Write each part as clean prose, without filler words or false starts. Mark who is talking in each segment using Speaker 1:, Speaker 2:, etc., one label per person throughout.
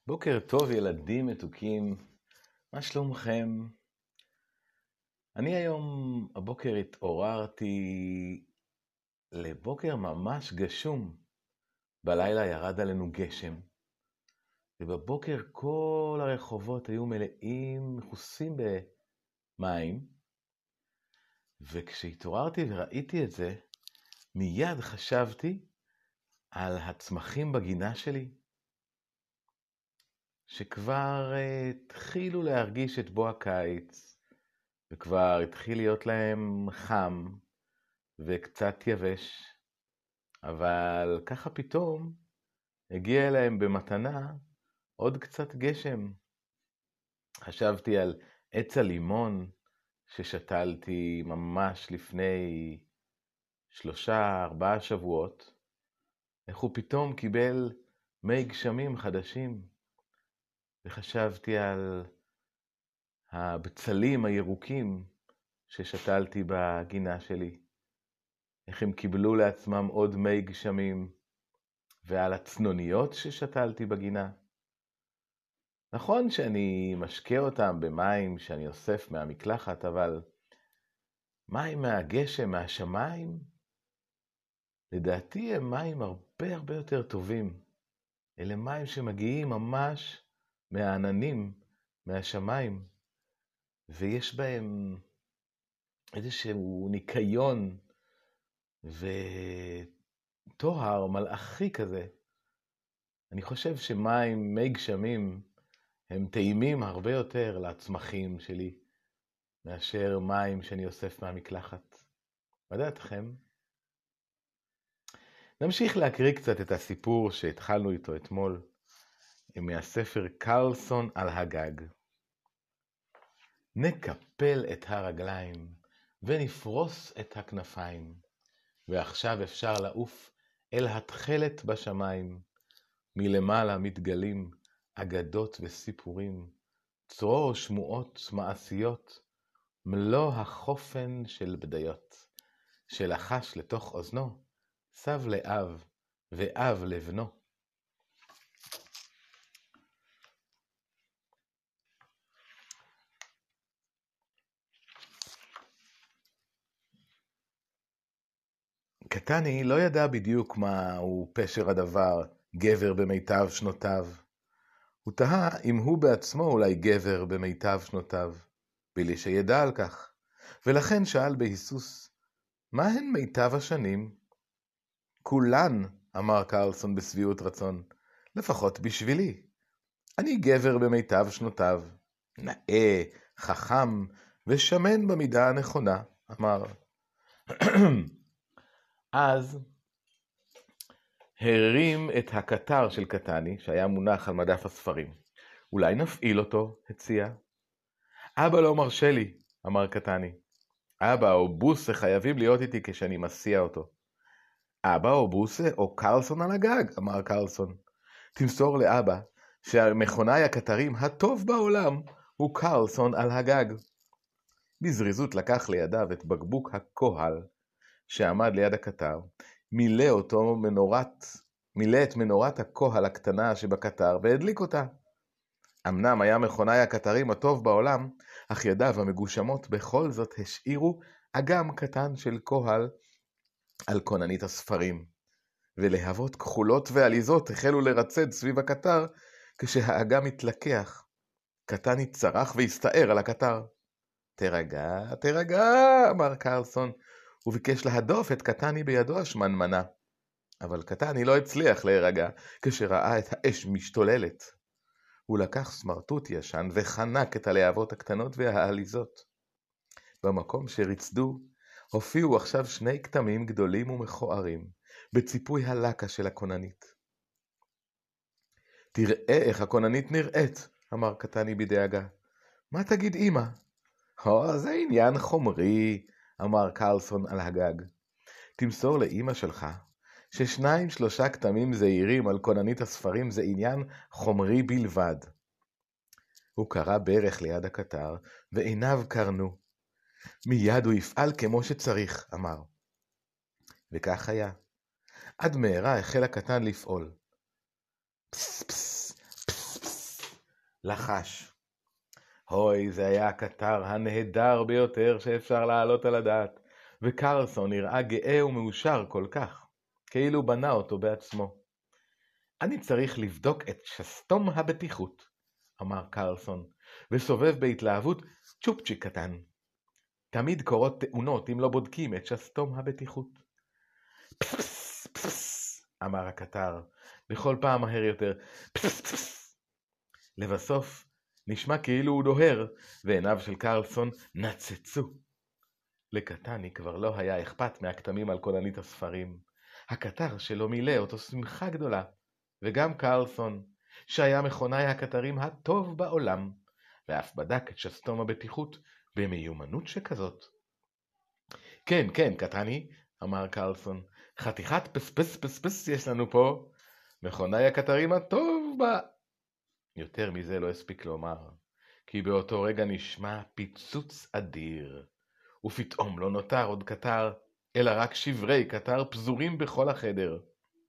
Speaker 1: בוקר טוב ילדים מתוקים, מה שלומכם? אני היום הבוקר התעוררתי לבוקר ממש גשום. בלילה ירד עלינו גשם, ובבוקר כל הרחובות היו מלאים, מכוסים במים, וכשהתעוררתי וראיתי את זה, מיד חשבתי על הצמחים בגינה שלי, שכבר התחילו להרגיש את בוא הקיץ, וכבר התחיל להיות להם חם וקצת יבש, אבל ככה פתאום הגיע אליהם במתנה עוד קצת גשם. חשבתי על עץ הלימון ששתלתי ממש לפני 3-4 שבועות, איך הוא פתאום קיבל מי גשמים חדשים, וחשבתי על הבצלים הירוקים ששתלתי בגינה שלי, איך הם קיבלו לעצמם עוד מי גשמים, ועל הצנוניות ששתלתי בגינה. נכון שאני משקה אותם במים שאני אוסף מהמקלחת, אבל מים מהגשם, מהשמיים, לדעתי הם מים הרבה יותר טובים. אלה מים שמגיעים ממש מהעננים, מהשמיים, ויש בהם איזשהו ניקיון וטוהר מלאכי כזה. אני חושב שמים, מי גשמים, הם טעימים הרבה יותר לצמחים שלי, מאשר מים שאני אוסף מהמקלחת. מה דעתכם? נמשיך להקריא קצת את הסיפור שהתחלנו איתו אתמול, מהספר קרלסון על הגג. נקפל את הרגליים ונפרוס את הכנפיים, ועכשיו אפשר לעוף אל התכלת בשמיים. מלמעלה מתגלים אגדות וסיפורים, צרור שמועות מעשיות, מלוא החופן של בדיות, שלחש לתוך אוזנו, סב לאב ואב לבנו. קטני לא ידע בדיוק מהו פשר הדבר, גבר במיטב שנותיו. הוא תהה אם הוא בעצמו אולי גבר במיטב שנותיו, בלי שידע על כך, ולכן שאל בהיסוס, מה הן מיטב השנים? כולן, אמר קרלסון בשביעות רצון, לפחות בשבילי. אני גבר במיטב שנותיו, נאה, חכם ושמן במידה הנכונה, אמר. אז הרים את הקטר של קטני, שהיה מונח על מדף הספרים. אולי נפעיל אותו, הציע. אבא לא מרשה לי, אמר קטני. אבא או בוסה חייבים להיות איתי כשאני מסיע אותו. אבא או בוסה או קרלסון על הגג, אמר קרלסון. תמסור לאבא שהמכונאי הקטרים הטוב בעולם הוא קרלסון על הגג. בזריזות לקח לידיו את בקבוק הקוהל שעמד ליד הקטר, מילא את מנורת הקוהל הקטנה שבקטר והדליק אותה. אמנם היה מכונאי הקטרים הטוב בעולם, אך ידיו המגושמות בכל זאת השאירו אגם קטן של קוהל על כוננית הספרים, ולהבות כחולות ועליזות החלו לרצד סביב הקטר, כשהאגם התלקח. קטני צרח והסתער על הקטר. תרגע, תרגע, אמר קרלסון, וביקש להדוף את קטני בידו השמנמנה. אבל קטני לא הצליח להירגע כשראה את האש משתוללת. הוא לקח סמרטוט ישן וחנק את הלהבות הקטנות והעליזות. במקום שרצדו, הופיעו עכשיו 2 כתמים גדולים ומכוערים, בציפוי הלקה של הכוננית. תראה איך הכוננית נראית, אמר קטני בדאגה. מה תגיד אמא? זה עניין חומרי, אמר קרלסון על הגג. תמסור לאמא שלך, ש2-3 כתמים זעירים על כוננית הספרים זה עניין חומרי בלבד. הוא קרא ברך ליד הקטר, ועיניו קרנו. מיד הוא יפעל כמו שצריך, אמר. וכך היה. עד מהרה החל הקטן לפעול. פס פס, פס פס, לחש. הוי, זה היה הקטר הנהדר ביותר שאפשר להעלות על הדעת, וקרלסון נראה גאה ומאושר כל כך, כאילו בנה אותו בעצמו. אני צריך לבדוק את שסתום הבטיחות, אמר קרלסון, וסובב בהתלהבות צ'ופצ'יק קטן. תמיד קורות תאונות אם לא בודקים את שסתום הבטיחות. פס פס פס, אמר הקטר, בכל פעם מהר יותר, פס פס. לבסוף נשמע כאילו הוא דוהר, ועיניו של קרלסון נצצו. לקטני כבר לא היה אכפת מהכתמים על קולנית הספרים. הקטר שלו מילא אותו שמחה גדולה, וגם קרלסון, שהיה מכונאי הקטרים הטוב בעולם, ואף בדק את שסתום הבטיחות במיומנות שכזאת. כן, כן, קטני, אמר קרלסון, חתיכת פספס פספס יש לנו פה. מכונאי הקטרים הטוב יותר מזה לא הספיק לומר, כי באותו רגע נשמע פיצוץ אדיר, ופתאום לא נותר עוד קטר, אלא רק שברי קטר פזורים בכל החדר.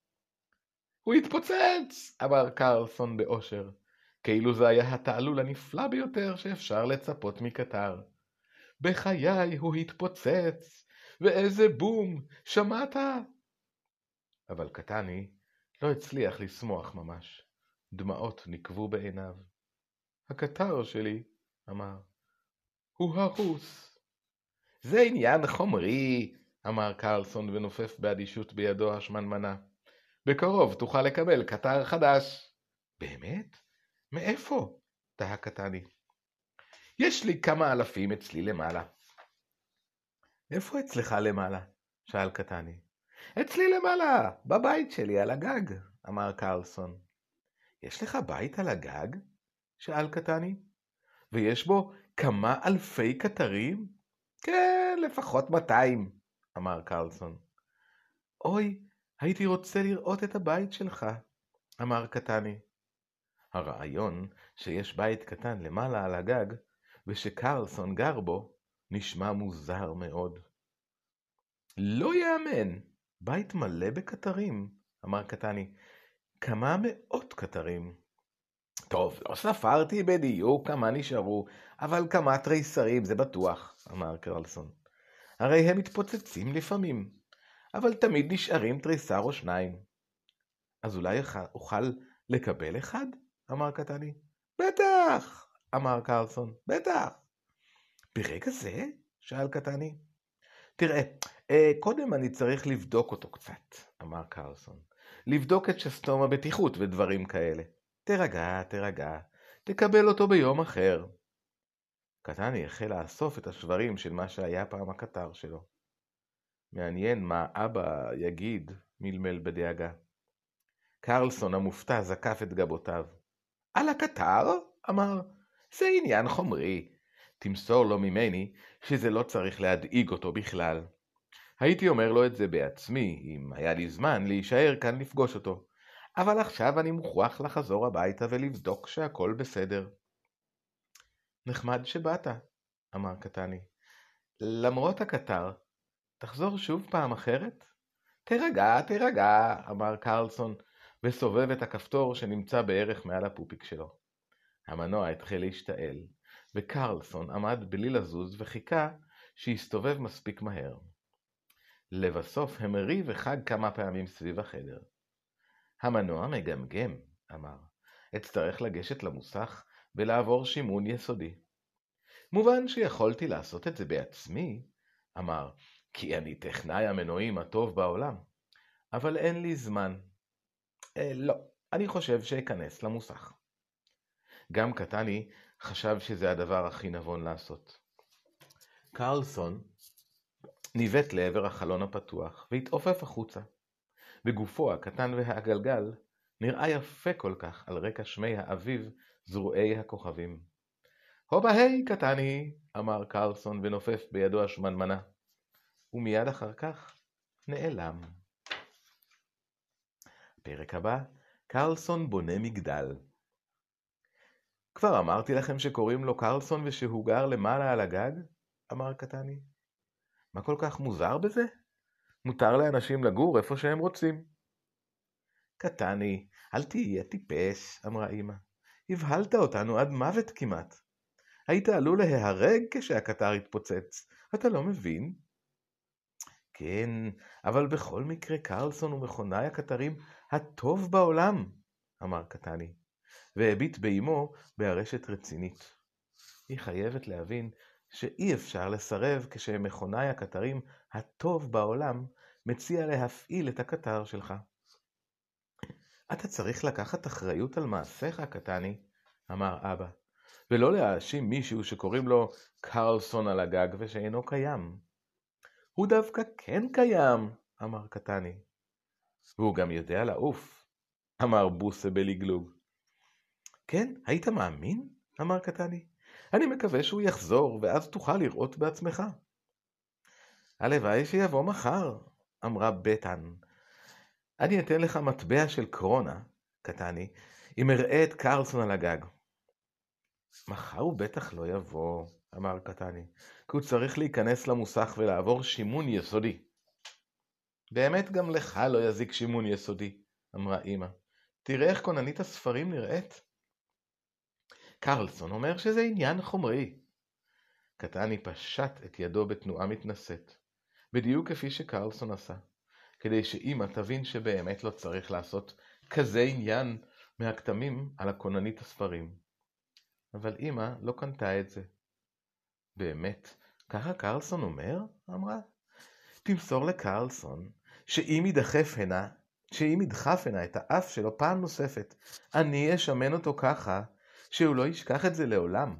Speaker 1: הוא התפוצץ, אמר קרלסון באושר, כאילו זה היה התעלול הנפלא ביותר שאפשר לצפות מקטר. בחיי הוא התפוצץ, ואיזה בום, שמעת? אבל קטני לא הצליח לשמוח ממש. דמעות נקבו בעיניו. הקטר שלי, אמר, הוא הרוס. זה עניין חומרי, אמר קרלסון ונופף באדישות בידו השמנמנה. בקרוב תוכל לקבל קטר חדש. באמת? מאיפה? תהה קטני. יש לי כמה אלפים אצלי למעלה. איפה אצלך למעלה? שאל קטני. אצלי למעלה, בבית שלי על הגג, אמר קרלסון. יש לך בית על הגג? שאל קטני. ויש בו כמה אלפי קטרים? כן, לפחות 200, אמר קרלסון. אוי, הייתי רוצה לראות את הבית שלך, אמר קטני. הרעיון שיש בית קטן למעלה על הגג, ושקרלסון גר בו, נשמע מוזר מאוד. לא יאמן, בית מלא בקטרים, אמר קטני. כמה מאות קטרים. טוב, לא ספרתי בדיוק כמה נשארו, אבל כמה תריסרים זה בטוח, אמר קרלסון. הרי הם מתפוצצים לפעמים, אבל תמיד נשארים תריסר או 2. אז אולי אוכל לקבל אחד? אמר קטני. בטח, אמר קרלסון, בטח. ברגע זה? שאל קטני. תראה, קודם אני צריך לבדוק אותו קצת, אמר קרלסון. לבדוק את שסתום הבטיחות ודברים כאלה. תרגע, תקבל אותו ביום אחר. קטני החל לאסוף את השברים של מה שהיה פעם הקטר שלו. מעניין מה אבא יגיד, מלמל בדאגה. קרלסון המופתע זקף את גבותיו. על הקטר? אמר, זה עניין חומרי. תמסור לו ממני שזה לא צריך להדאיג אותו בכלל. הייתי אומר לו את זה בעצמי, אם היה לי זמן להישאר כאן לפגוש אותו. אבל עכשיו אני מוכרח לחזור הביתה ולבדוק שהכל בסדר. נחמד שבאת, אמר קטני. למרות הקטר, תחזור שוב פעם אחרת? תרגע, אמר קרלסון, וסובב את הכפתור שנמצא בערך מעל הפופיק שלו. המנוע התחיל להשתעל, וקרלסון עמד בלי לזוז וחיכה שיסתובב מספיק מהר. לבסוף המריא וחג כמה פעמים סביב החדר. המנוע מגמגם, אמר. אצטרך לגשת למוסך ולעבור שימון יסודי. מובן שיכולתי לעשות את זה בעצמי, אמר, כי אני טכנאי המנועים הטוב בעולם. אבל אין לי זמן. לא, אני חושב שאכנס למוסך. גם קטני חשב שזה הדבר הכי נבון לעשות. קרלסון ניווט לעבר החלון הפתוח והתעופף החוצה. בגופו הקטן והגלגל נראה יפה כל כך על רקע שמי האביב זרועי הכוכבים. הובה היי קטני, אמר קרלסון ונופף בידו השמנמנה. ומיד אחר כך נעלם. פרק הבא, קרלסון בונה מגדל. כבר אמרתי לכם שקוראים לו קרלסון ושהוא גר למעלה על הגג? אמר קטני. מה כל כך מוזר בזה? מותר לאנשים לגור איפה שהם רוצים. קטני, אל תהיה טיפש, אמרה אמא. הבהלת אותנו עד מוות כמעט. היית עלול להיהרג כשהקטר התפוצץ. אתה לא מבין? כן, אבל בכל מקרה קרלסון הוא מכונאי הקטרים הטוב בעולם, אמר קטני, והביט באמו בארשת רצינית. היא חייבת להבין שאי אפשר לסרב כשמכונאי הקטרים הטוב בעולם מציע להפעיל את הקטר שלך. אתה צריך לקחת אחריות על מעשיך, קטני, אמר אבא, ולא להאשים מישהו שקוראים לו קרלסון על הגג ושאינו קיים. הוא דווקא כן קיים, אמר קטני. והוא גם יודע לעוף, אמר בוסה בלגלוג. כן, היית מאמין? אמר קטני. אני מקווה שהוא יחזור, ואז תוכל לראות בעצמך. הלוואי שיבוא מחר, אמרה בטן. אני אתן לך מטבע של קרונה, קטני, אם אראה את קרלסון על הגג. מחר הוא בטח לא יבוא, אמר קטני, כי הוא צריך להיכנס למוסך ולעבור שימון יסודי. באמת גם לך לא יזיק שימון יסודי, אמרה אמא. תראה איך כוננית הספרים נראית. קרלסון אומר שזה עניין חומרי. קטני פשט את ידו בתנועה מתנשאת, בדיוק כפי שקרלסון עשה, כדי שאמא תבין שבאמת לא צריך לעשות כזה עניין מהכתמים על הכוננית הספרים. אבל אמא לא קנתה את זה. באמת, ככה קרלסון אומר? אמרה. תמסור לקרלסון שאם ידחף הנה את האף שלו פעם נוספת, אני אשמן אותו ככה שהוא לא ישכח את זה לעולם.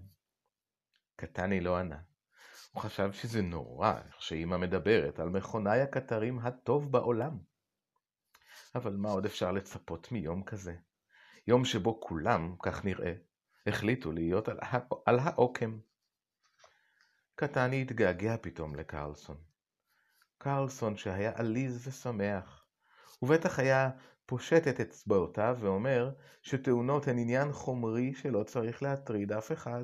Speaker 1: קטני לא ענה. הוא חשב שזה נורא איך שאמא מדברת על מכונאי הקטרים הטוב בעולם. אבל מה עוד אפשר לצפות מיום כזה? יום שבו כולם, כך נראה, החליטו להיות על העוקם. קטני התגעגע פתאום לקרלסון. קרלסון שהיה עליז ושמח, ובטח היה פושט את אצבעותיו ואומר שתאונות הן עניין חומרי שלא צריך להטריד אף אחד.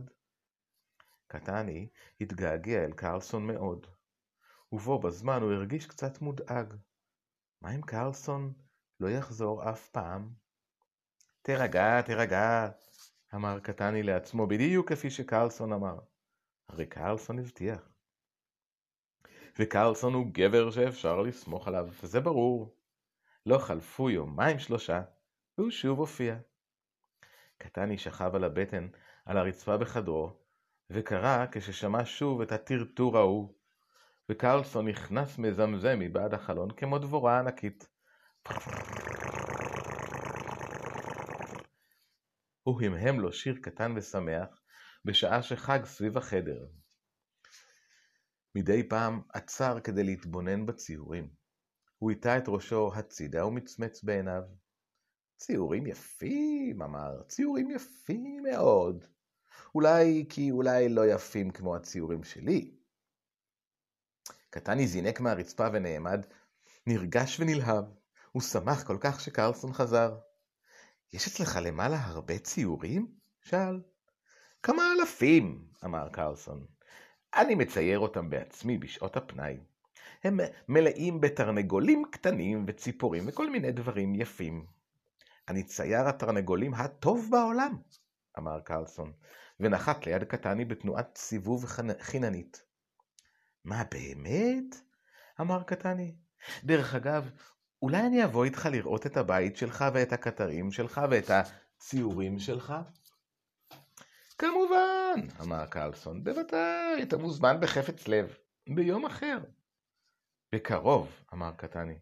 Speaker 1: קטני התגעגע אל קרלסון מאוד, ובו בזמן הוא הרגיש קצת מודאג. מה אם קרלסון לא יחזור אף פעם? תרגע, תרגע, אמר קטני לעצמו בדיוק כפי שקרלסון אמר. הרי קרלסון הבטיח. וקרלסון הוא גבר שאפשר לסמוך עליו, וזה ברור. לא חלפו יומיים שלושה, והוא שוב הופיע. קטני שכב על הבטן על הרצפה בחדרו, וקרא כששמע שוב את הטרטור ההוא, וקרלסון נכנס מזמזם מבעד החלון כמו דבורה ענקית. הוא המהם לו שיר קטן ושמח בשעה שחג סביב החדר. מדי פעם עצר כדי להתבונן בציורים. הוא איתה את ראשו הצידה ומצמץ בעיניו. ציורים יפים, אמר, ציורים יפים מאוד. אולי לא יפים כמו הציורים שלי. קטני זינק מהרצפה ונעמד, נרגש ונלהב. הוא שמח כל כך שקרלסון חזר. יש אצלך למעלה הרבה ציורים? שאל. כמה אלפים, אמר קרלסון. אני מצייר אותם בעצמי בשעות הפנאי. הם מלאים בתרנגולים קטנים וציפורים וכל מיני דברים יפים. אני צייר התרנגולים הטוב בעולם, אמר קרלסון, ונחת ליד קטני בתנועת סיבוב חיננית. מה באמת? אמר קטני. דרך אגב, אולי אני אבוא איתך לראות את הבית שלך ואת הקטרים שלך ואת הציורים שלך? כמובן, אמר קרלסון, בוודאי, אתה מוזמן בחפץ לב, ביום אחר. בקרוב, אמר קטני.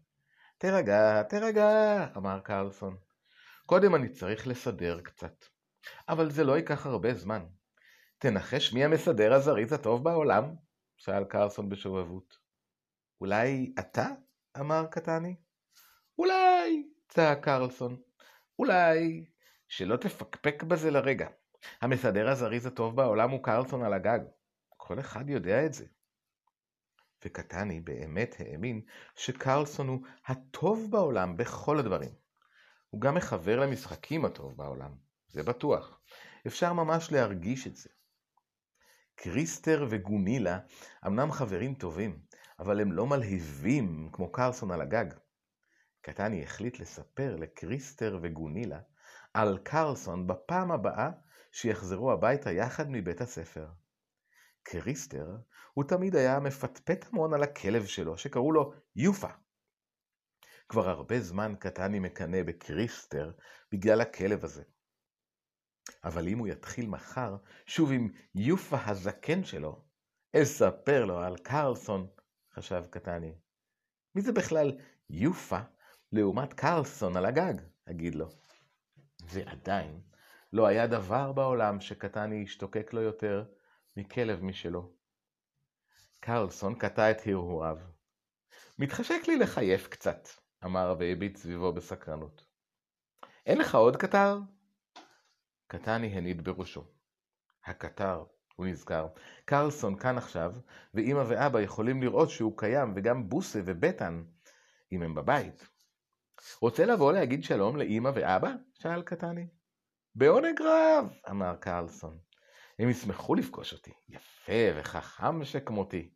Speaker 1: תרגע, אמר קרלסון. קודם אני צריך לסדר קצת, אבל זה לא ייקח הרבה זמן. תנחש מי המסדר הזריז הטוב בעולם? שאל קרלסון בשובבות. אולי אתה? אמר קטני. אולי, צעק קרלסון. אולי, שלא תפקפק בזה לרגע. המסדר הזריז הטוב בעולם הוא קרלסון על הגג. כל אחד יודע את זה. וקטני באמת האמין שקרלסון הוא הטוב בעולם בכל הדברים. הוא גם מחבר למשחקים הטוב בעולם, זה בטוח. אפשר ממש להרגיש את זה. קריסטר וגונילה אמנם חברים טובים, אבל הם לא מלהיבים כמו קרלסון על הגג. קטני החליט לספר לקריסטר וגונילה על קרלסון בפעם הבאה שיחזרו הביתה יחד מבית הספר. קריסטר, הוא תמיד היה מפטפט המון על הכלב שלו, שקראו לו יופה. כבר הרבה זמן קטני מקנא בקריסטר בגלל הכלב הזה. אבל אם הוא יתחיל מחר שוב עם יופה הזקן שלו, אספר לו על קרלסון, חשב קטני. מי זה בכלל יופה לעומת קרלסון על הגג, אגיד לו. ועדיין לא היה דבר בעולם שקטני השתוקק לו יותר מכלב משלו. קרלסון קטע את הרהוריו. מתחשק לי לחייף קצת, אמר והביט סביבו בסקרנות. אין לך עוד קטר? קטני הניד בראשו. הקטר, הוא נזכר. קרלסון כאן עכשיו, ואמא ואבא יכולים לראות שהוא קיים, וגם בוסה ובטן, אם הם בבית. רוצה לבוא להגיד שלום לאמא ואבא? שאל קטני. בעונג רב, אמר קרלסון. הם ישמחו לפגוש אותי, יפה וחכם שכמותי.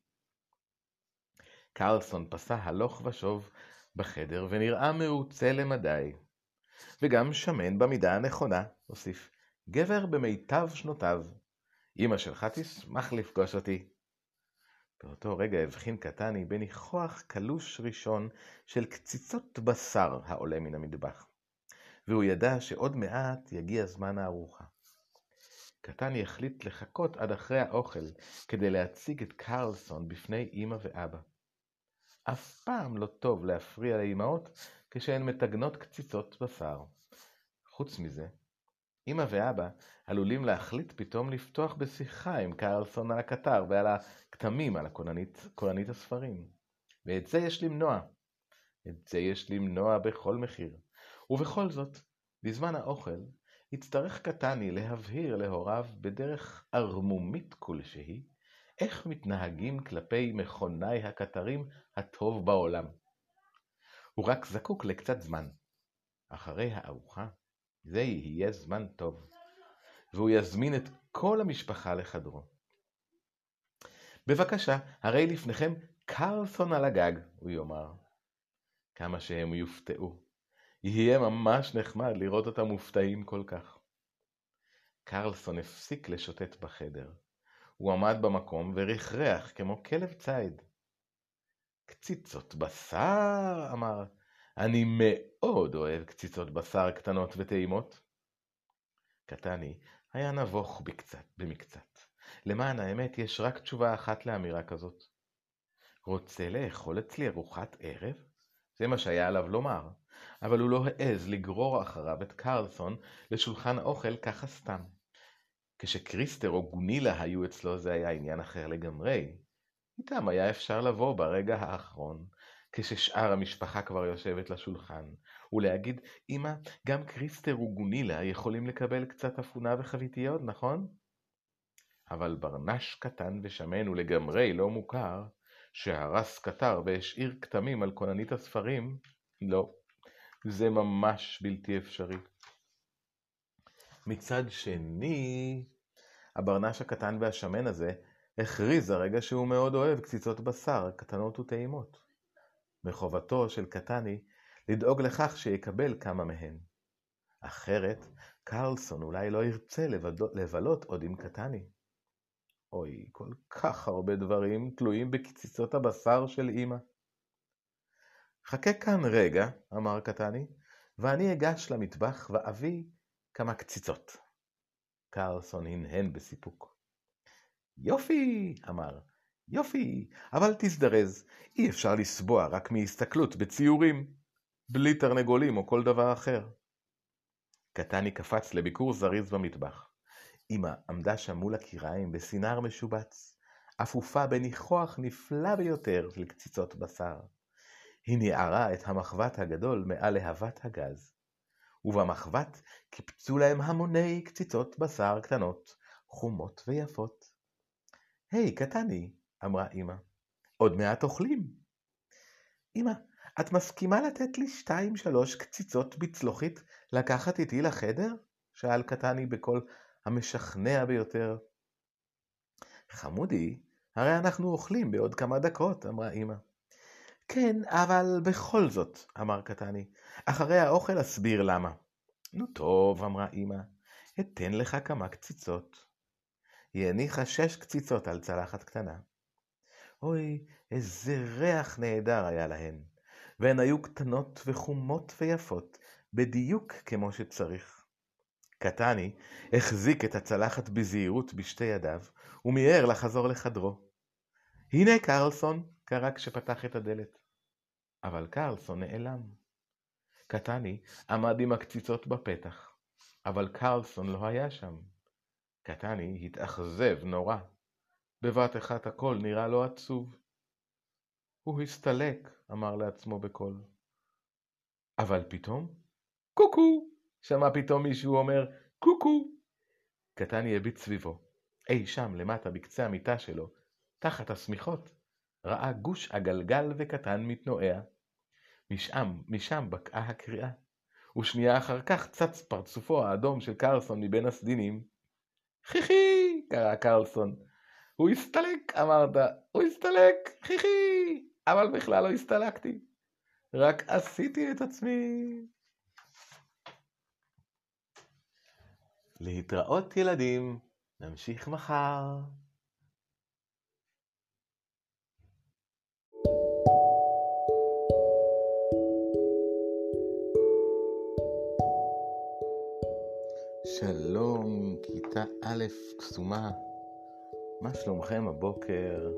Speaker 1: קרלסון פסע הלוך ושוב בחדר ונראה מרוצה למדי. וגם שמן במידה הנכונה, הוסיף, גבר במיטב שנותיו. אמא שלך תשמח לפגוש אותי. באותו רגע הבחין קטני בניחוח קלוש ראשון של קציצות בשר העולה מן המטבח. והוא ידע שעוד מעט יגיע זמן הארוחה. קטני החליט לחכות עד אחרי האוכל כדי להציג את קרלסון בפני אמא ואבא. אף פעם לא טוב להפריע לאמהות כשהן מתגנות קציצות בשר. חוץ מזה, אמא ואבא עלולים להחליט פתאום לפתוח בשיחה עם קרלסון על הקטר ועל הכתמים על כוננית הספרים. ואת זה יש למנוע. את זה יש למנוע בכל מחיר. ובכל זאת, בזמן האוכל, יצטרך קטני להבהיר להוריו בדרך ערמומית כלשהי, איך מתנהגים כלפי מכוני הקטרים הטוב בעולם. הוא רק זקוק לקצת זמן. אחרי הארוחה, זה יהיה זמן טוב. והוא יזמין את כל המשפחה לחדרו. בבקשה, הרי לפניכם קרלסון על הגג, הוא יאמר. כמה שהם יופתעו. יהיה ממש נחמד לראות אותם מופתעים כל כך. קרלסון הפסיק לשוטט בחדר. הוא עמד במקום ורחרח כמו כלב ציד. קציצות בשר, אמר. אני מאוד אוהב קציצות בשר קטנות וטעימות. קטני היה נבוך במקצת. למען האמת יש רק תשובה אחת לאמירה כזאת. רוצה לאכול אצלי ארוחת ערב? זה מה שהיה עליו לומר, אבל הוא לא העז לגרור אחריו את קרלסון לשולחן האוכל ככה סתם. כשקריסטר או גונילה היו אצלו זה היה עניין אחר לגמרי. איתם היה אפשר לבוא ברגע האחרון, כששאר המשפחה כבר יושבת לשולחן, ולהגיד, אמא, גם קריסטר וגונילה יכולים לקבל קצת אפונה וחביתיות, נכון? אבל ברנש קטן ושמן ולגמרי לא מוכר, שהרס קטר והשאיר כתמים על כוננית הספרים, לא, זה ממש בלתי אפשרי. מצד שני, הברנש הקטן והשמן הזה הכריז הרגע שהוא מאוד אוהב קציצות בשר, קטנות וטעימות. מחובתו של קטני לדאוג לכך שיקבל כמה מהן. אחרת, קרלסון אולי לא ירצה לבלות עוד עם קטני. אוי, כל כך הרבה דברים תלויים בקציצות הבשר של אמא. חכה כאן רגע, אמר קטני, ואני אגש למטבח ואביא כמה קציצות. קרלסון הנהן בסיפוק. יופי, אמר, יופי, אבל תזדרז, אי אפשר לסבוע רק מהסתכלות בציורים, בלי תרנגולים או כל דבר אחר. קטני קפץ לביקור זריז במטבח. אמא עמדה שם מול הקיריים בסינר משובץ, אפופה בניחוח נפלא ביותר של קציצות בשר. היא ניערה את המחבת הגדול מעל להבת הגז, ובמחבת קיפצו להם המוני קציצות בשר קטנות, חומות ויפות. היי, קטני, אמרה אמא, עוד מעט אוכלים. אמא, את מסכימה לתת לי 2-3 קציצות בצלוחית לקחת איתי לחדר? שאל קטני בקול המשכנע ביותר. חמודי, הרי אנחנו אוכלים בעוד כמה דקות, אמרה אמא. כן, אבל בכל זאת, אמר קטני, אחרי האוכל אסביר למה. נו טוב, אמרה אמא, אתן לך כמה קציצות. היא הניחה 6 קציצות על צלחת קטנה. אוי, איזה ריח נהדר היה להן, והן היו קטנות וחומות ויפות, בדיוק כמו שצריך. קטני החזיק את הצלחת בזהירות בשתי ידיו, ומיהר לחזור לחדרו. הנה קרלסון, קרא כשפתח את הדלת. אבל קרלסון נעלם. קטני עמד עם הקציצות בפתח, אבל קרלסון לא היה שם. קטני התאכזב נורא. בבת אחת הכל נראה לו עצוב. הוא הסתלק, אמר לעצמו בקול. אבל פתאום, קוקו, שמע פתאום מישהו אומר, קוקו. קטני הביט סביבו. אי שם למטה בקצה המיטה שלו, תחת השמיכות, ראה גוש עגלגל וקטן מתנועע. משם בקעה הקריאה, ושנייה אחר כך צץ פרצופו האדום של קרלסון מבין הסדינים. חיכי, קרא קרלסון. הוא הסתלק, אמרת, הוא הסתלק, חיכי, אבל בכלל לא הסתלקתי. רק עשיתי את עצמי. להתראות ילדים, נמשיך מחר. שלום, כיתה א' קסומה. מה שלומכם הבוקר?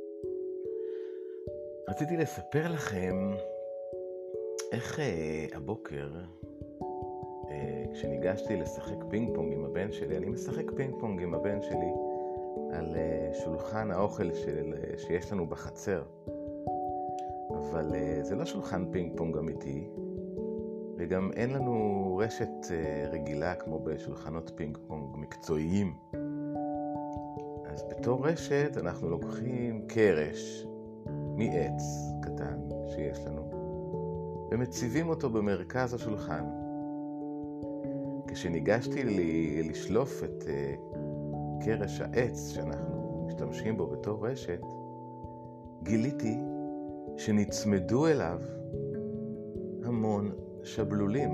Speaker 1: רציתי לספר לכם איך הבוקר, כשניגשתי לשחק פינג פונג עם הבן שלי, אני משחק פינג פונג עם הבן שלי על שולחן האוכל שיש לנו בחצר. אבל זה לא שולחן פינג פונג אמיתי, וגם אין לנו רשת רגילה כמו בשולחנות פינג פונג מקצועיים. אז בתור רשת אנחנו לוקחים קרש מעץ קטן שיש לנו, ומציבים אותו במרכז השולחן. כשניגשתי לשלוף את קרש העץ שאנחנו משתמשים בו בתור רשת, גיליתי שנצמדו אליו המון שבלולים.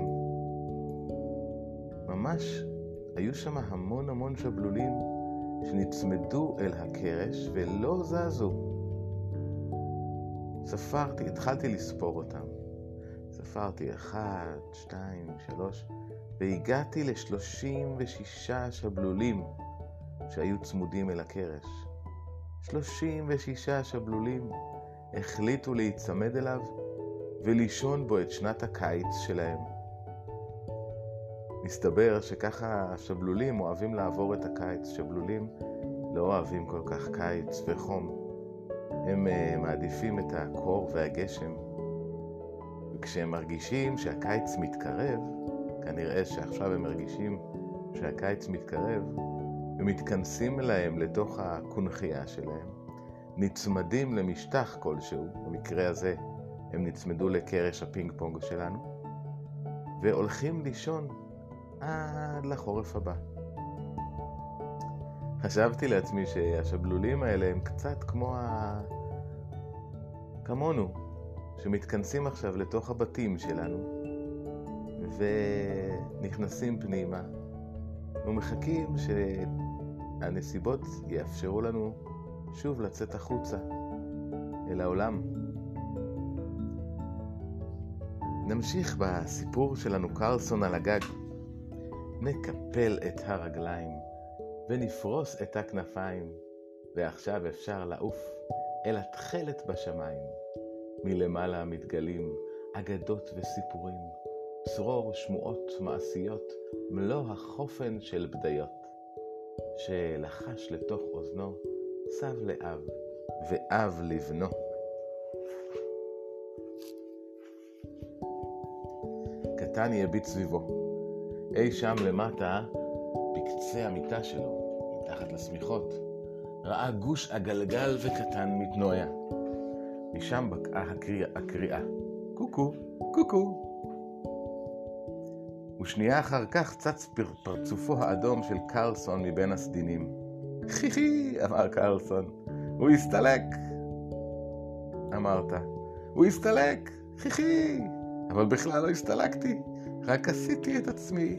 Speaker 1: ממש היו שם המון שבלולים שנצמדו אל הקרש ולא זזו. ספרתי, התחלתי לספור אותם. ספרתי 1, 2, 3, והגעתי ל36 שבלולים שהיו צמודים אל הקרש. 36 שבלולים החליטו להיצמד אליו ולישון בו את שנת הקיץ שלהם. מסתבר שככה שבלולים אוהבים לעבור את הקיץ. שבלולים לא אוהבים כל כך קיץ וחום. הם מעדיפים את הקור והגשם. וכשהם מרגישים שהקיץ מתקרב, כנראה שעכשיו הם מרגישים שהקיץ מתקרב, הם מתכנסים אליהם לתוך הקונחייה שלהם, נצמדים למשטח כלשהו, במקרה הזה הם נצמדו לקרש הפינג פונג שלנו, והולכים לישון עד לחורף הבא. חשבתי לעצמי שהשבלולים האלה הם קצת כמונו, שמתכנסים עכשיו לתוך הבתים שלנו, ונכנסים פנימה, ומחכים שהנסיבות יאפשרו לנו שוב לצאת החוצה אל העולם. נמשיך בסיפור שלנו, קרלסון על הגג. נקפל את הרגליים ונפרוס את הכנפיים, ועכשיו אפשר לעוף אל התכלת בשמיים. מלמעלה מתגלים אגדות וסיפורים, צרור שמועות מעשיות, מלוא החופן של בדיות. שלחש לתוך אוזנו סב לאב ואב לבנו. קטני הביט סביבו. אי שם למטה, בקצה המיטה שלו, מתחת לשמיכות, ראה גוש עגלגל וקטן מתנועע. משם בקעה הקריאה, קוקו, קוקו. ושנייה אחר כך צץ פרצופו האדום של קרלסון מבין הסדינים. חיכי, אמר קרלסון, הוא הסתלק. אמרת, הוא הסתלק, חיכי, אבל בכלל לא הסתלקתי, רק עשיתי את עצמי.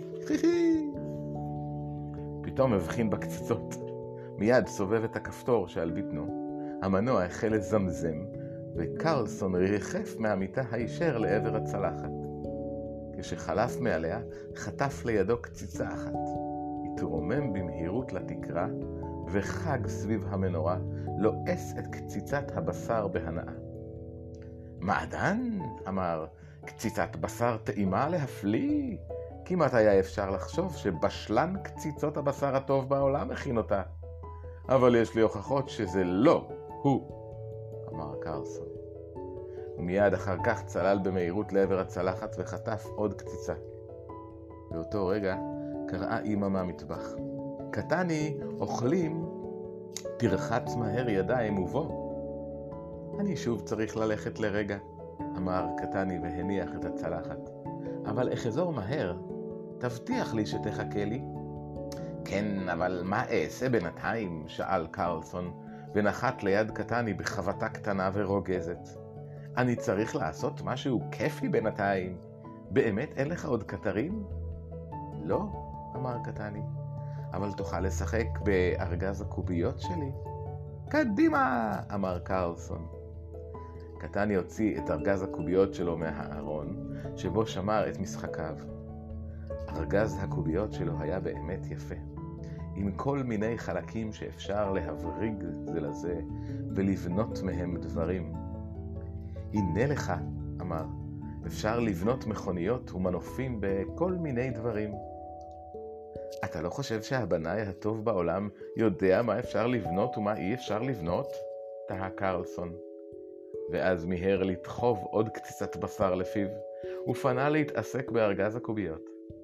Speaker 1: פתאום הבחין בקציצות. מיד סובב את הכפתור שעל בטנו. המנוע החל לזמזם, וקרלסון ריחף מהמיטה הישר לעבר הצלחת. כשחלף מעליה, חטף לידו קציצה אחת. התרומם במהירות לתקרה, וחג סביב המנורה, לועס את קציצת הבשר בהנאה. מעדן, אמר, קציצת בשר טעימה להפליא. כמעט היה אפשר לחשוב שבשלן קציצות הבשר הטוב בעולם הכין אותה. אבל יש לי הוכחות שזה לא הוא, אמר קרלסון. ומיד אחר כך צלל במהירות לעבר הצלחת וחטף עוד קציצה. באותו רגע קראה אמא מהמטבח. קטני, אוכלים, תרחץ מהר ידיים ובוא. אני שוב צריך ללכת לרגע, אמר קטני והניח את הצלחת. אבל אחזור מהר, תבטיח לי שתחכה לי. כן, אבל מה אעשה בינתיים? שאל קרלסון, ונחת ליד קטני בחבטה קטנה ורוגזת. אני צריך לעשות משהו כיפי בינתיים. באמת אין לך עוד קטרים? לא, אמר קטני, אבל תוכל לשחק בארגז הקוביות שלי. קדימה, אמר קרלסון. קטני הוציא את ארגז הקוביות שלו מהארון, שבו שמר את משחקיו. ארגז הקוביות שלו היה באמת יפה, עם כל מיני חלקים שאפשר להבריג זה לזה ולבנות מהם דברים. הנה לך, אמר, אפשר לבנות מכוניות ומנופים בכל מיני דברים. אתה לא חושב שהבנאי הטוב בעולם יודע מה אפשר לבנות ומה אי אפשר לבנות? תהה קרלסון. ואז מיהר לדחוב עוד קציצת בשר לפיו, ופנה להתעסק בארגז הקוביות.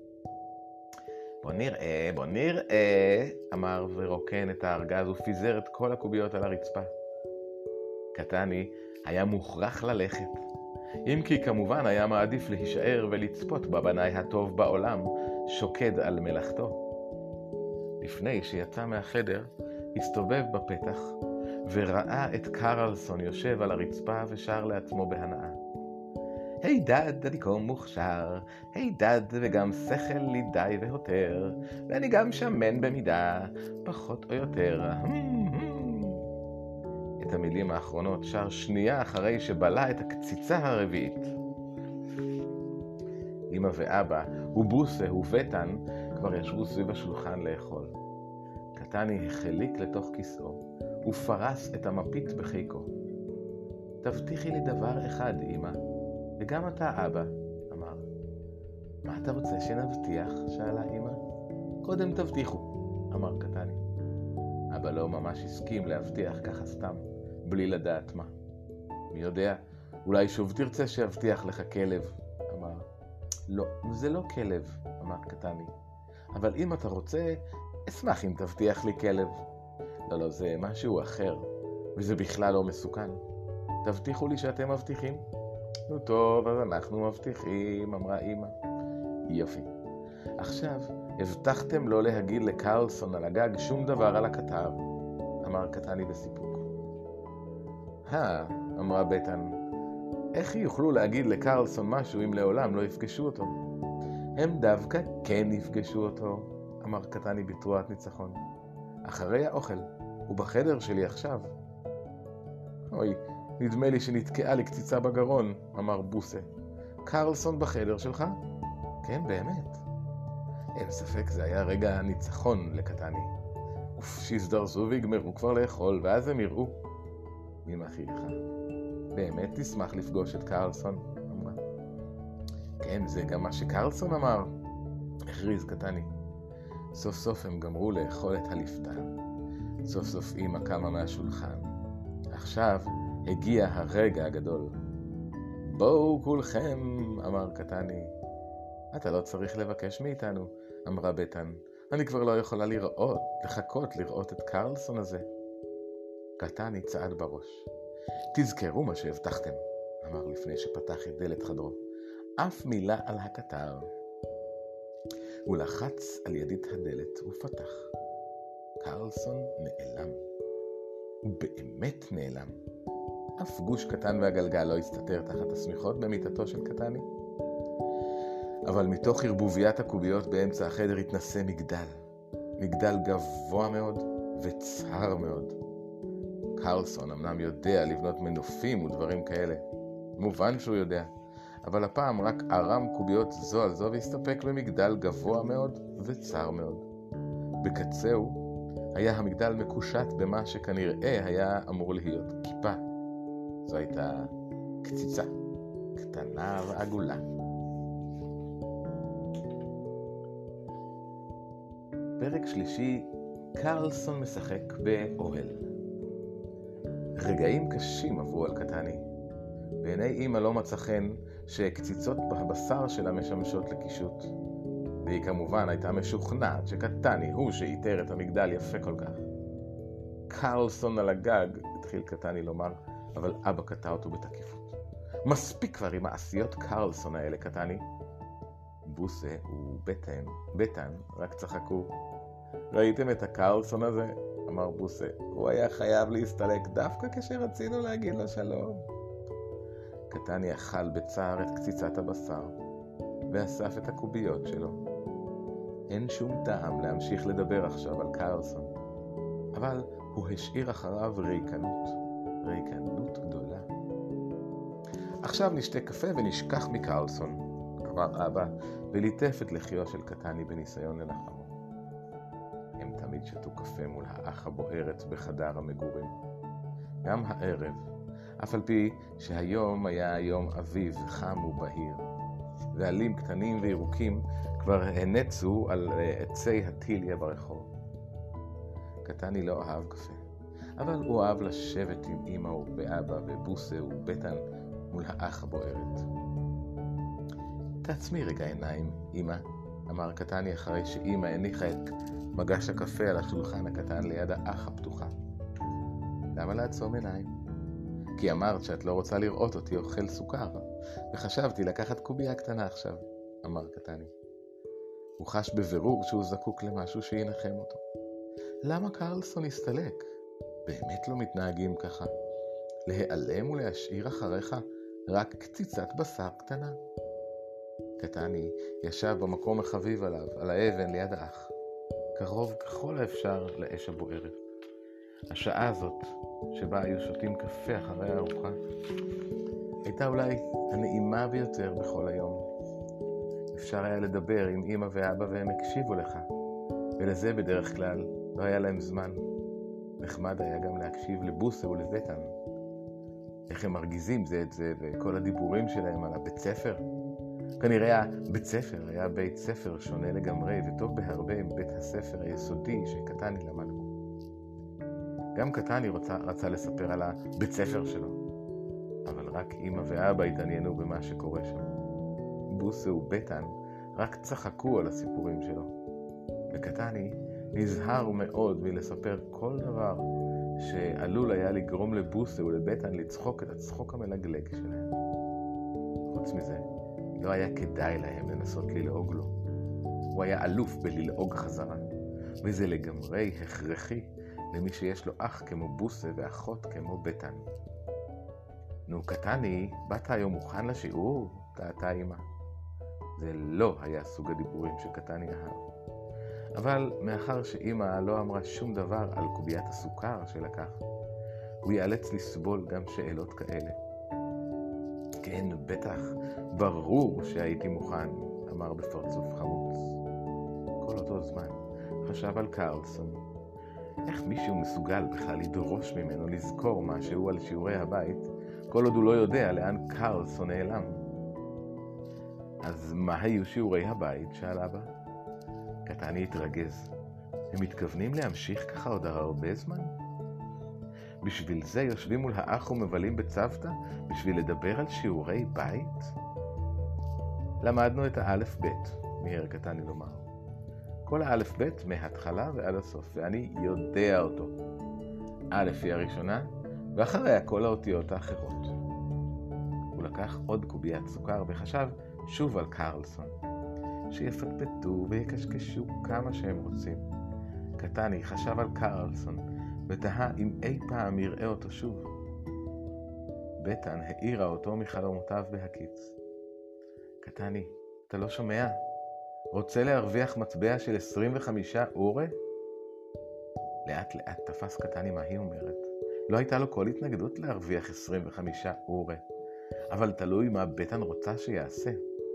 Speaker 1: בוא נראה, אמר ורוקן את הארגז ופיזר את כל הקוביות על הרצפה. קטני היה מוכרח ללכת, אם כי כמובן היה מעדיף להישאר ולצפות בבנאי הטוב בעולם, שוקד על מלאכתו. לפני שיצא מהחדר, הסתובב בפתח, וראה את קרלסון יושב על הרצפה ושר לעצמו בהנאה. היי דד, אני כה מוכשר, היי דד, וגם שכל לי די והותר, ואני גם שמן במידה, פחות או יותר. את המילים האחרונות שר שנייה אחרי שבלע את הקציצה הרביעית. אמא ואבא, ובוסה ובטן, כבר ישבו סביב השולחן לאכול. קטני החליק לתוך כיסאו, ופרס את המפית בחיקו. תבטיחי לי דבר אחד, אמא, וגם אתה, אבא, אמר. מה אתה רוצה שנבטיח? שאלה אמא. קודם תבטיחו, אמר קטני. אבא לא ממש הסכים להבטיח ככה סתם, בלי לדעת מה. מי יודע, אולי שוב תרצה שיבטיח לך כלב, אמר. לא, זה לא כלב, אמר קטני. אבל אם אתה רוצה, אשמח אם תבטיח לי כלב. לא, זה משהו אחר, וזה בכלל לא מסוכן. תבטיחו לי שאתם מבטיחים? נו טוב, אז אנחנו מבטיחים, אמרה אמא. יופי. עכשיו, הבטחתם לא להגיד לקרלסון על הגג שום דבר על הקטר, אמר קטני בסיפוק. אמרה בטן, איך יוכלו להגיד לקרלסון משהו אם לעולם לא יפגשו אותו? הם דווקא כן יפגשו אותו, אמר קטני בתרועת ניצחון. אחרי האוכל, הוא בחדר שלי עכשיו. אוי, נדמה לי שנתקעה לי קציצה בגרון, אמר בוסה. קרלסון בחדר שלך? כן, באמת. אין ספק, זה היה רגע ניצחון לקטני. שיזדרזו ויגמרו כבר לאכול, ואז הם יראו. אמא חייכה. באמת תשמח לפגוש את קרלסון, אמרה. כן, זה גם מה שקרלסון אמר, הכריז קטני. סוף סוף הם גמרו לאכול את הלפתה. סוף סוף אמא קמה מהשולחן. עכשיו הגיע הרגע הגדול. בואו כולכם, אמר קטני. אתה לא צריך לבקש מאיתנו, אמרה בטן. אני כבר לא יכולה לחכות לראות את קרלסון הזה. קטני צעד בראש. תזכרו מה שהבטחתם, אמר לפני שפתח את דלת חדרו. אף מילה על הקטר. הוא לחץ על ידית הדלת ופתח. קרלסון נעלם. הוא באמת נעלם. אף גוש קטן והגלגל לא הסתתר תחת הסמיכות במיטתו של קטני. אבל מתוך ערבוביית הקוביות באמצע החדר התנסה מגדל. מגדל גבוה מאוד וצר מאוד. קרלסון אמנם יודע לבנות מנופים ודברים כאלה. מובן שהוא יודע. אבל הפעם רק ערם קוביות זו על זו והסתפק במגדל גבוה מאוד וצר מאוד. בקצהו היה המגדל מקושט במה שכנראה היה אמור להיות כיפה. זו הייתה קציצה, קטנה ועגולה. פרק שלישי, קרלסון משחק באוהל. רגעים קשים עברו על קטני. בעיני אמא לא מצא חן שקציצות בבשר שלה משמשות לקישוט. והיא כמובן הייתה משוכנעת שקטני הוא שאיתר את המגדל יפה כל כך. קרלסון על הגג, התחיל קטני לומר, אבל אבא קטע אותו בתקיפות. מספיק כבר עם מעשיות קרלסון האלה, קטני. בוסה ובטן רק צחקו. ראיתם את הקרלסון הזה? אמר בוסה. הוא היה חייב להסתלק דווקא כשרצינו להגיד לו שלום. קטני אכל בצער את קציצת הבשר ואסף את הקוביות שלו. אין שום טעם להמשיך לדבר עכשיו על קרלסון, אבל הוא השאיר אחריו ריקנות גדולה. עכשיו נשתה קפה ונשכח מקרלסון, אמר אבא, וליטף את לחיו של קטני בניסיון לנחמו. הם תמיד שתו קפה מול האח הבוערת בחדר המגורים. גם הערב, אף על פי שהיום היה יום אביב חם ובהיר, ועלים קטנים וירוקים כבר הנצו על עצי הטיליה ברחוב. קטני לא אהב קפה, אבל הוא אהב לשבת עם אמא ואבא ובוסה ובטן מול האח הבוערת. תעצמי רגע עיניים, אמא, אמר קטני אחרי שאמא הניחה את מגש הקפה על השולחן הקטן ליד האח הפתוחה. למה לעצום עיניים? כי אמרת שאת לא רוצה לראות אותי אוכל סוכר, וחשבתי לקחת קוביה קטנה עכשיו, אמר קטני. הוא חש בבירור שהוא זקוק למשהו שינחם אותו. למה קרלסון הסתלק? באמת לא מתנהגים ככה. להיעלם ולהשאיר אחריך רק קציצת בשר קטנה. קטני ישב במקום החביב עליו, על האבן ליד האח, קרוב ככל האפשר לאש הבוערת. השעה הזאת, שבה היו שותים קפה אחרי הארוחה, הייתה אולי הנעימה ביותר בכל היום. אפשר היה לדבר עם אמא ואבא והם הקשיבו לך, ולזה בדרך כלל לא היה להם זמן. נחמד היה גם להקשיב לבוסה ולבטן. איך הם מרגיזים זה את זה וכל הדיבורים שלהם על הבית ספר. כנראה הבית ספר היה בית ספר שונה לגמרי וטוב בהרבה מבית הספר היסודי שקטני למד בו. גם קטני רצה לספר על הבית ספר שלו, אבל רק אמא ואבא התעניינו במה שקורה שם. בוסה ובטן רק צחקו על הסיפורים שלו, וקטני נזהר מאוד מלספר כל דבר שעלול היה לגרום לבוסה ולבטן לצחוק את הצחוק המלגלג שלהם. חוץ מזה, לא היה כדאי להם לנסות ללעוג לו. הוא היה אלוף בללעוג חזרה, וזה לגמרי הכרחי למי שיש לו אח כמו בוסה ואחות כמו בטן. נו, קטני, באת היום מוכן לשיעור? טעתה אמא. זה לא היה סוג הדיבורים שקטני אהב. אבל מאחר שאמא לא אמרה שום דבר על קוביית הסוכר שלקח, הוא ייאלץ לסבול גם שאלות כאלה. כן, בטח, ברור שהייתי מוכן, אמר בפרצוף חמוץ. כל אותו זמן חשב על קרלסון. איך מישהו מסוגל בכלל לדרוש ממנו לזכור משהו על שיעורי הבית, כל עוד הוא לא יודע לאן קרלסון נעלם? אז מה היו שיעורי הבית? שאל אבא. קטני התרגז. הם מתכוונים להמשיך ככה עוד הרבה זמן? בשביל זה יושבים מול האח ומבלים בצוותא? בשביל לדבר על שיעורי בית? למדנו את האלף בית, מיהר קטני לומר. כל האלף בית מההתחלה ועד הסוף, ואני יודע אותו. א' היא הראשונה, ואחריה כל האותיות האחרות. הוא לקח עוד קוביית סוכר וחשב שוב על קרלסון. שיפטפטו ויקשקשו כמה שהם רוצים. קטני חשב על קרלסון ותהה אם אי פעם יראה אותו שוב. בטן העירה אותו מחלומותיו בהקיץ. קטני, אתה לא שומע? רוצה להרוויח מטבע של 25 אורה? לאט לאט תפס קטני מה היא אומרת. לא הייתה לו כל התנגדות להרוויח 25 אורה, אבל תלוי מה בטן רוצה שיעשה.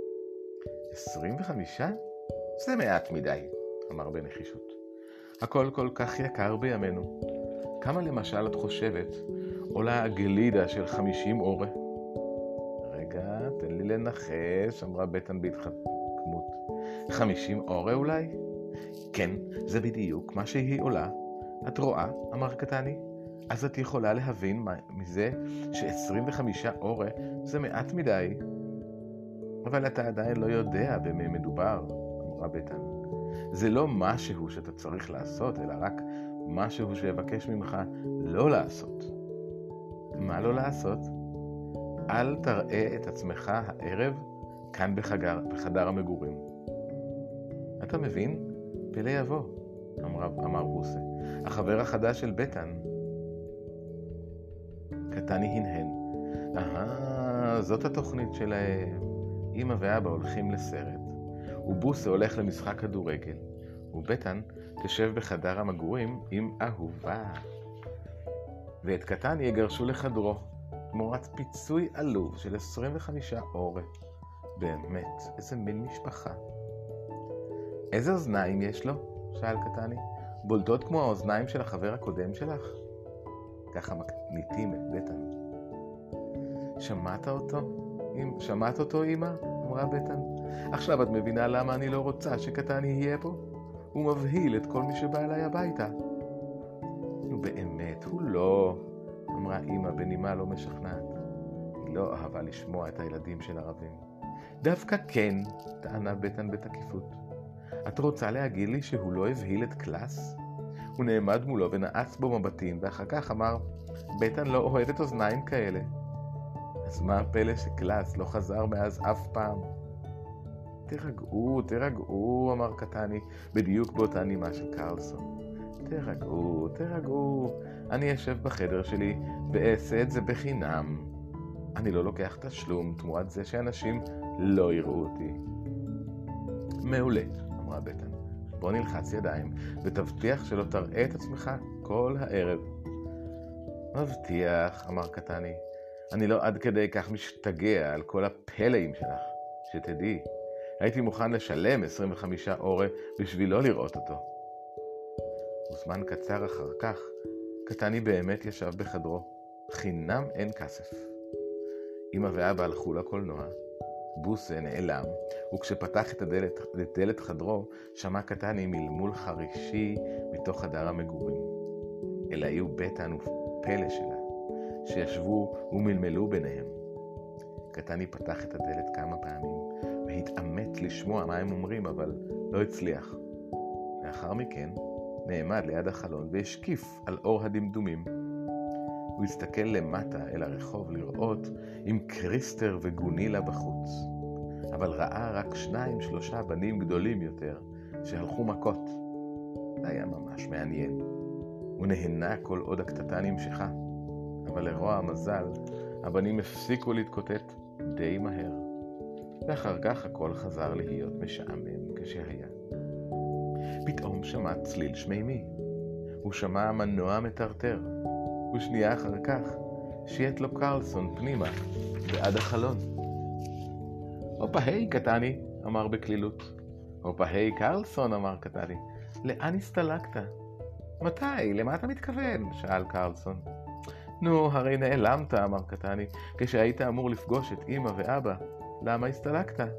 Speaker 1: 25? זה מעט מדי, אמר בנחישות. הכל כל כך יקר בימינו. כמה למשל את חושבת עולה הגלידה של 50 אורה? רגע, תן לי לנחש, אמרה בטן בהתחכמות. 50 אורה אולי? כן, זה בדיוק מה שהיא עולה. את רואה, אמר קטני, אז את יכולה להבין מזה ש25 אורה זה מעט מדי. אבל אתה עדיין לא יודע במה מדובר, אמרה בטן. זה לא משהו שאתה צריך לעשות, אלא רק משהו שיבקש ממך לא לעשות. מה לא לעשות? אל תראה את עצמך הערב כאן בחדר המגורים. אתה מבין? פלא יבוא, אמר בוסה, החבר החדש של בטן. קטני הנהן. זאת התוכנית שלהם. אמא ואבא הולכים לסרט, ובוסה הולך למשחק כדורגל, ובטן תשב בחדר המגורים עם אהובה. ואת קטני יגרשו לחדרו, תמורת פיצוי עלוב של 25 אורה. באמת, איזה מין משפחה. איזה אוזניים יש לו? שאל קטני. בולטות כמו האוזניים של החבר הקודם שלך? ככה מקניטים את בטן. שמעת אותו, אמא? אמרה בטן. עכשיו את מבינה למה אני לא רוצה שקטני יהיה פה? הוא מבהיל את כל מי שבא אליי הביתה. נו באמת, הוא לא, אמרה אמא בנימה לא משכנעת. היא לא אהבה לשמוע את הילדים של ערבים. דווקא כן, טענה בטן בתקיפות. את רוצה להגיד לי שהוא לא הבהיל את קלאס? הוא נעמד מולו ונעץ בו מבטים, ואחר כך אמר, בטן לא אוהבת אוזניים כאלה. אז מה הפלא שקלאס לא חזר מאז אף פעם? תרגעו, אמר קטני, בדיוק באותה נימה של קרלסון. תרגעו, אני אשב בחדר שלי ואעשה את זה בחינם. אני לא לוקח תשלום תמורת זה שאנשים לא יראו אותי. מעולה, אמרה בטן. בוא נלחץ ידיים ותבטיח שלא תראה את עצמך כל הערב. מבטיח, אמר קטני. אני לא עד כדי כך משתגע על כל הפלאים שלך, שתדעי. הייתי מוכן לשלם 25 אורה בשביל לא לראות אותו. וזמן קצר אחר כך, קטני באמת ישב בחדרו. חינם אין כסף. אמא ואבא הלכו לקולנוע. בוסה נעלם, וכשפתח את דלת חדרו, שמע קטני מלמול חרישי מתוך חדר המגורים. אלה היו בטן ופלא שלה, שישבו ומלמלו ביניהם. קטני פתח את הדלת כמה פעמים, והתאמת לשמוע מה הם אומרים, אבל לא הצליח. לאחר מכן, נעמד ליד החלון והשקיף על אור הדמדומים. הוא הסתכל למטה אל הרחוב לראות אם קריסטר וגונילה בחוץ, אבל ראה רק 2-3 בנים גדולים יותר שהלכו מכות. זה היה ממש מעניין. הוא נהנה כל עוד הקטטה נמשכה, אבל לרוע המזל, הבנים הפסיקו להתקוטט די מהר, ואחר כך הכל חזר להיות משעמם כשהיה. פתאום שמע צליל שמימי. הוא שמע מנוע מטרטר, ושנייה אחר כך שייט לו קרלסון פנימה בעד החלון. הופה היי קטני, אמר בקלילות. הופה היי קרלסון, אמר קטני. לאן הסתלקת? מתי? למה אתה מתכוון? שאל קרלסון. נו, הרי נעלמת, אמר קטני, כשהיית אמור לפגוש את אמא ואבא. למה הסתלקת?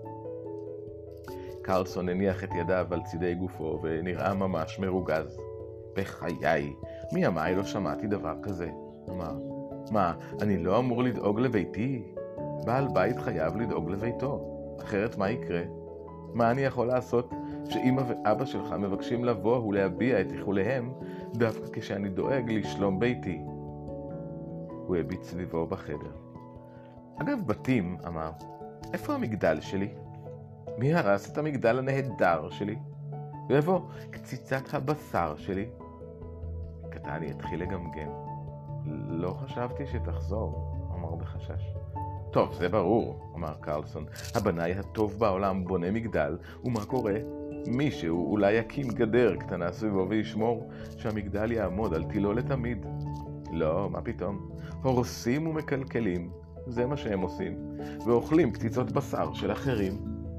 Speaker 1: קרלסון הניח את ידיו על צידי גופו ונראה ממש מרוגז. בחיי, מי אמי לא שמעתי דבר כזה? אמר, מה, אני לא אמור לדאוג לביתי? בעל בית חייב לדאוג לביתו, אחרת מה יקרה? מה אני יכול לעשות שאמא ואבא שלך מבקשים לבוא ולהביע את איחוליהם דווקא כשאני דואג לשלום ביתי? הוא הביט סביבו בחדר. אגב בתים, אמר, איפה המגדל שלי? מי הרס את המגדל הנהדר שלי? ואיפה קציצת הבשר שלי? קטני התחיל לגמגם. לא חשבתי שתחזור, אמר בחשש. טוב, זה ברור, אמר קרלסון. הבנאי הטוב בעולם בונה מגדל, ומה קורה? מישהו אולי יקים גדר קטנה סביבו וישמור שהמגדל יעמוד על תילו לתמיד. לא, מה פתאום? הורסים ומקלקלים, זה מה שהם עושים, ואוכלים קציצות בשר של אחרים.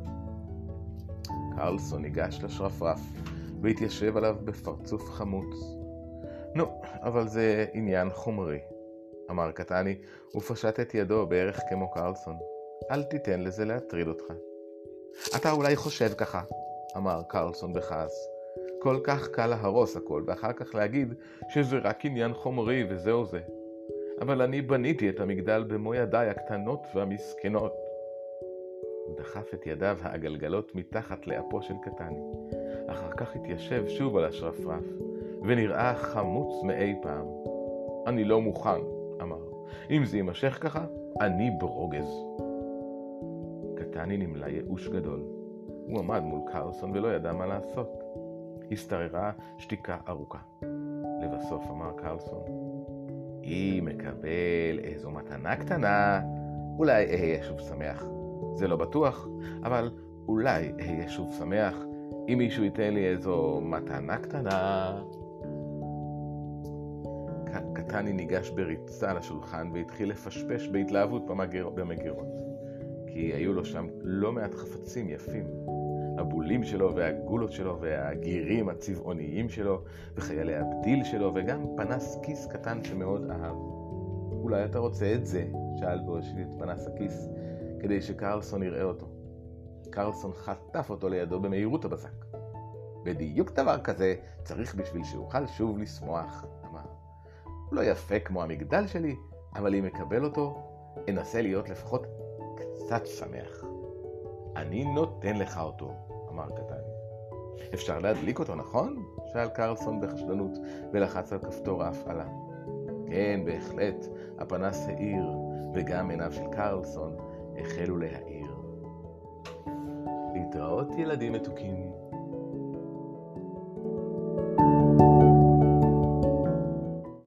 Speaker 1: קרלסון ניגש לשרפרף והתיישב עליו בפרצוף חמוץ. נו, אבל זה עניין חומרי, אמר קטני, ופשט את ידו בערך כמו קרלסון. אל תיתן לזה להטריד אותך. אתה אולי חושב ככה, אמר קרלסון בכעס. כל כך קל להרוס הכל, ואחר כך להגיד שזה רק עניין חומרי וזהו זה. אבל אני בניתי את המגדל במו ידיי הקטנות והמסכנות. הוא דחף את ידיו העגלגלות מתחת לאפו של קטני. אחר כך התיישב שוב על השרפרף, ונראה חמוץ מאי פעם. אני לא מוכן, אמר. אם זה יימשך ככה, אני ברוגז. קטני נמלא ייאוש גדול. הוא עמד מול קרלסון ולא ידע מה לעשות. השתררה שתיקה ארוכה. לבסוף אמר קרלסון, אם מקבל איזו מתנה קטנה, אולי אהיה שוב שמח. זה לא בטוח, אבל אולי אהיה שוב שמח אם מישהו ייתן לי איזו מתנה קטנה. קטני ניגש בריצה לשולחן והתחיל לפשפש בהתלהבות במגירות, כי היו לו שם לא מעט חפצים יפים. הבולים שלו והגולות שלו והגירים הצבעוניים שלו וחיילי הבדיל שלו וגם פנס כיס קטן שמאוד אהב. אולי אתה רוצה את זה? שאל והושיט את פנס הכיס כדי שקרלסון יראה אותו. קרלסון חטף אותו לידו במהירות הבזק. בדיוק דבר כזה צריך בשביל שאוכל שוב לשמוח, אמר. הוא לא יפה כמו המגדל שלי, אבל אם מקבל אותו, אנסה להיות לפחות קצת שמח. אני נותן לך אותו, אמר קטני. אפשר להדליק אותו, נכון? שאל קרלסון בחשדנות ולחץ על כפתור ההפעלה. כן, בהחלט, הפנס האיר, וגם עיניו של קרלסון החלו להאיר. להתראות ילדים מתוקים.